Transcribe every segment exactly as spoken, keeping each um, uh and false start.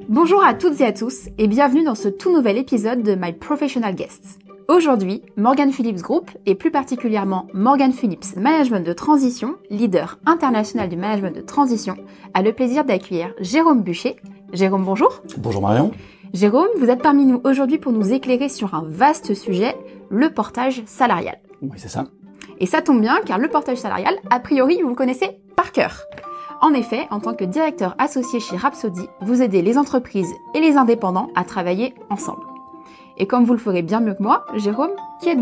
Bonjour à toutes et à tous et bienvenue dans ce tout nouvel épisode de My Professional Guests. Aujourd'hui, Morgan Phillips Group et plus particulièrement Morgan Phillips Management de Transition, leader international du management de transition, a le plaisir d'accueillir Jérôme Bucher. Jérôme, bonjour. Bonjour Marion. Jérôme, vous êtes parmi nous aujourd'hui pour nous éclairer sur un vaste sujet, le portage salarial. Oui, c'est ça. Et ça tombe bien car le portage salarial, a priori, vous le connaissez par cœur. En effet, en tant que directeur associé chez Rhapsody, vous aidez les entreprises et les indépendants à travailler ensemble. Et comme vous le ferez bien mieux que moi, Jérôme, qui êtes-vous ?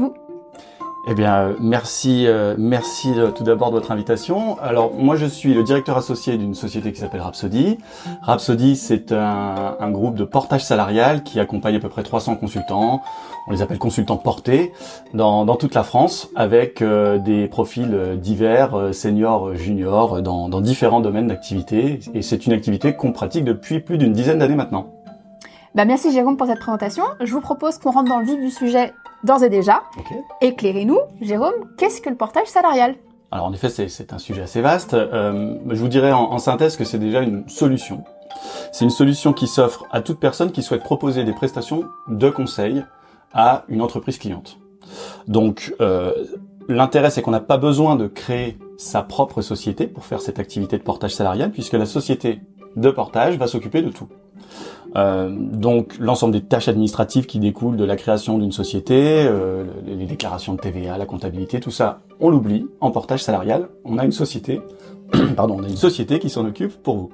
Eh bien, merci, euh, merci de, tout d'abord de votre invitation. Alors, moi, je suis le directeur associé d'une société qui s'appelle Rhapsody. Rhapsody, c'est un, un groupe de portage salarial qui accompagne à peu près trois cents consultants. On les appelle consultants portés dans, dans toute la France, avec euh, des profils divers, euh, seniors, juniors, dans, dans différents domaines d'activité. Et c'est une activité qu'on pratique depuis plus d'une dizaine d'années maintenant. Bah merci Jérôme pour cette présentation. Je vous propose qu'on rentre dans le vif du sujet d'ores et déjà. Okay. Éclairez-nous, Jérôme, qu'est-ce que le portage salarial ? Alors en effet, c'est, c'est un sujet assez vaste. Euh, je vous dirais en, en synthèse que c'est déjà une solution. C'est une solution qui s'offre à toute personne qui souhaite proposer des prestations de conseil à une entreprise cliente. Donc euh, l'intérêt, c'est qu'on n'a pas besoin de créer sa propre société pour faire cette activité de portage salarial, puisque la société de portage va s'occuper de tout. Euh, donc l'ensemble des tâches administratives qui découlent de la création d'une société, euh, les déclarations de T V A, la comptabilité, tout ça, on l'oublie. En portage salarial, on a une société, pardon, on a une société qui s'en occupe pour vous.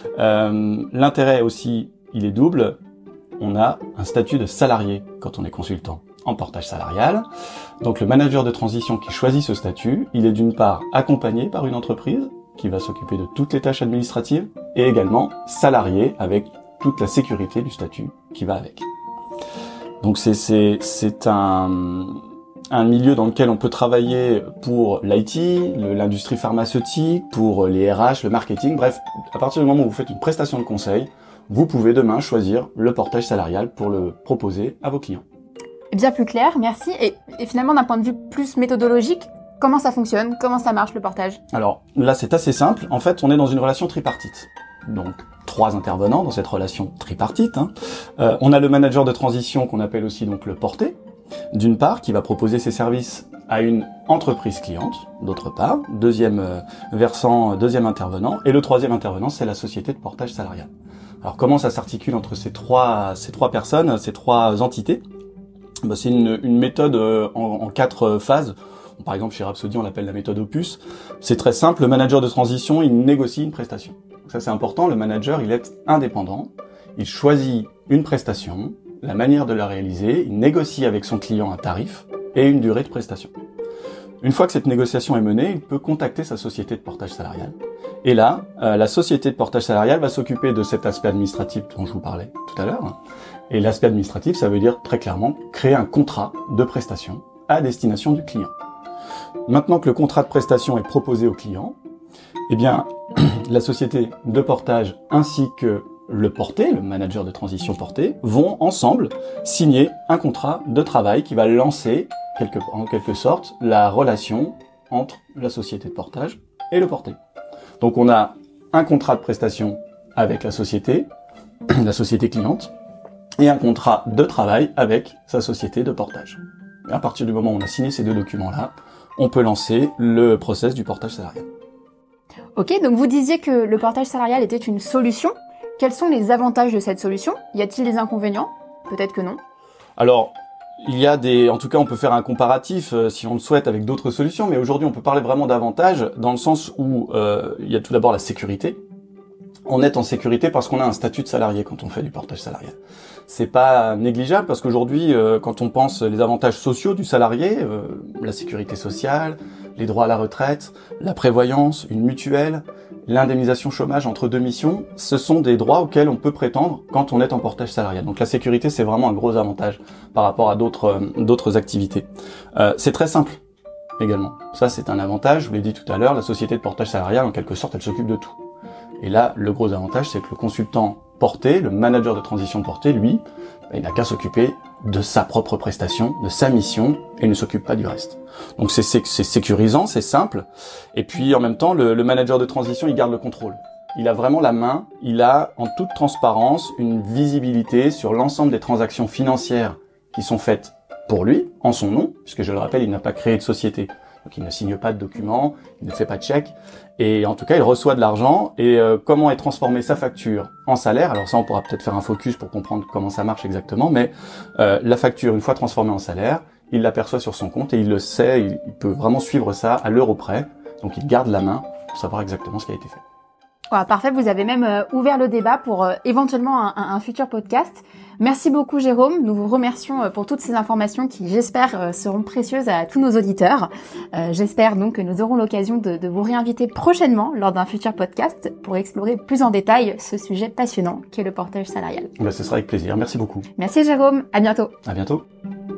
Euh, l'intérêt aussi, il est double. On a un statut de salarié quand on est consultant en portage salarial. Donc le manager de transition qui choisit ce statut, il est d'une part accompagné par une entreprise qui va s'occuper de toutes les tâches administratives et également salarié avec toute la sécurité du statut qui va avec. Donc c'est c'est c'est un un milieu dans lequel on peut travailler pour l'I T, le, l'industrie pharmaceutique, pour les R H, le marketing, bref, à partir du moment où vous faites une prestation de conseil, vous pouvez demain choisir le portage salarial pour le proposer à vos clients. Bien plus clair, merci. Et, et finalement, d'un point de vue plus méthodologique, comment ça fonctionne ? Comment ça marche le portage ? Alors là, c'est assez simple. En fait, on est dans une relation tripartite. Donc trois intervenants dans cette relation tripartite. Hein. Euh, on a le manager de transition qu'on appelle aussi donc le porté, d'une part, qui va proposer ses services à une entreprise cliente, d'autre part, deuxième euh, versant, deuxième intervenant, et le troisième intervenant, c'est la société de portage salarial. Alors comment ça s'articule entre ces trois ces trois personnes, ces trois entités ? Ben, c'est une, une méthode euh, en, en quatre phases. Par exemple, chez Rhapsody, on l'appelle la méthode Opus. C'est très simple, le manager de transition, il négocie une prestation. Ça, c'est important, le manager, il est indépendant. Il choisit une prestation, la manière de la réaliser, il négocie avec son client un tarif et une durée de prestation. Une fois que cette négociation est menée, il peut contacter sa société de portage salarial. Et là, euh, la société de portage salarial va s'occuper de cet aspect administratif dont je vous parlais tout à l'heure. Et l'aspect administratif, ça veut dire très clairement créer un contrat de prestation à destination du client. Maintenant que le contrat de prestation est proposé au client, eh bien, la société de portage ainsi que le porté, le manager de transition porté, vont ensemble signer un contrat de travail qui va lancer, quelque, en quelque sorte, la relation entre la société de portage et le porté. Donc on a un contrat de prestation avec la société, la société cliente, et un contrat de travail avec sa société de portage. Et à partir du moment où on a signé ces deux documents-là, on peut lancer le process du portage salarial. Ok, donc vous disiez que le portage salarial était une solution. Quels sont les avantages de cette solution ? Y a-t-il des inconvénients ? Peut-être que non. Alors, il y a des... En tout cas, on peut faire un comparatif, euh, si on le souhaite, avec d'autres solutions, mais aujourd'hui, on peut parler vraiment d'avantages, dans le sens où euh, il y a tout d'abord la sécurité. On est en sécurité parce qu'on a un statut de salarié quand on fait du portage salarial. C'est pas négligeable parce qu'aujourd'hui, euh, quand on pense les avantages sociaux du salarié, euh, la sécurité sociale, les droits à la retraite, la prévoyance, une mutuelle, l'indemnisation chômage entre deux missions, ce sont des droits auxquels on peut prétendre quand on est en portage salarial. Donc la sécurité, c'est vraiment un gros avantage par rapport à d'autres euh, d'autres activités. Euh, c'est très simple également. Ça, c'est un avantage. Je vous l'ai dit tout à l'heure, la société de portage salarial, en quelque sorte, elle s'occupe de tout. Et là, le gros avantage, c'est que le consultant porté, le manager de transition porté, lui, il n'a qu'à s'occuper de sa propre prestation, de sa mission, et ne s'occupe pas du reste. Donc c'est, c'est, c'est sécurisant, c'est simple, et puis en même temps, le, le manager de transition, il garde le contrôle. il a vraiment la main, il a en toute transparence une visibilité sur l'ensemble des transactions financières qui sont faites pour lui, en son nom, puisque je le rappelle, il n'a pas créé de société. Donc il ne signe pas de documents, il ne fait pas de chèque, et en tout cas il reçoit de l'argent, et euh, comment est transformée sa facture en salaire, alors ça on pourra peut-être faire un focus pour comprendre comment ça marche exactement, mais euh, la facture, une fois transformée en salaire, il l'aperçoit sur son compte, et il le sait, il, il peut vraiment suivre ça à l'euro près, donc il garde la main pour savoir exactement ce qui a été fait. Voilà, parfait, vous avez même euh, ouvert le débat pour euh, éventuellement un, un, un futur podcast. Merci beaucoup Jérôme, nous vous remercions euh, pour toutes ces informations qui j'espère euh, seront précieuses à tous nos auditeurs. Euh, j'espère donc que nous aurons l'occasion de, de vous réinviter prochainement lors d'un futur podcast pour explorer plus en détail ce sujet passionnant qu'est le portage salarial. Ben, ce sera avec plaisir, merci beaucoup. Merci Jérôme, à bientôt. À bientôt.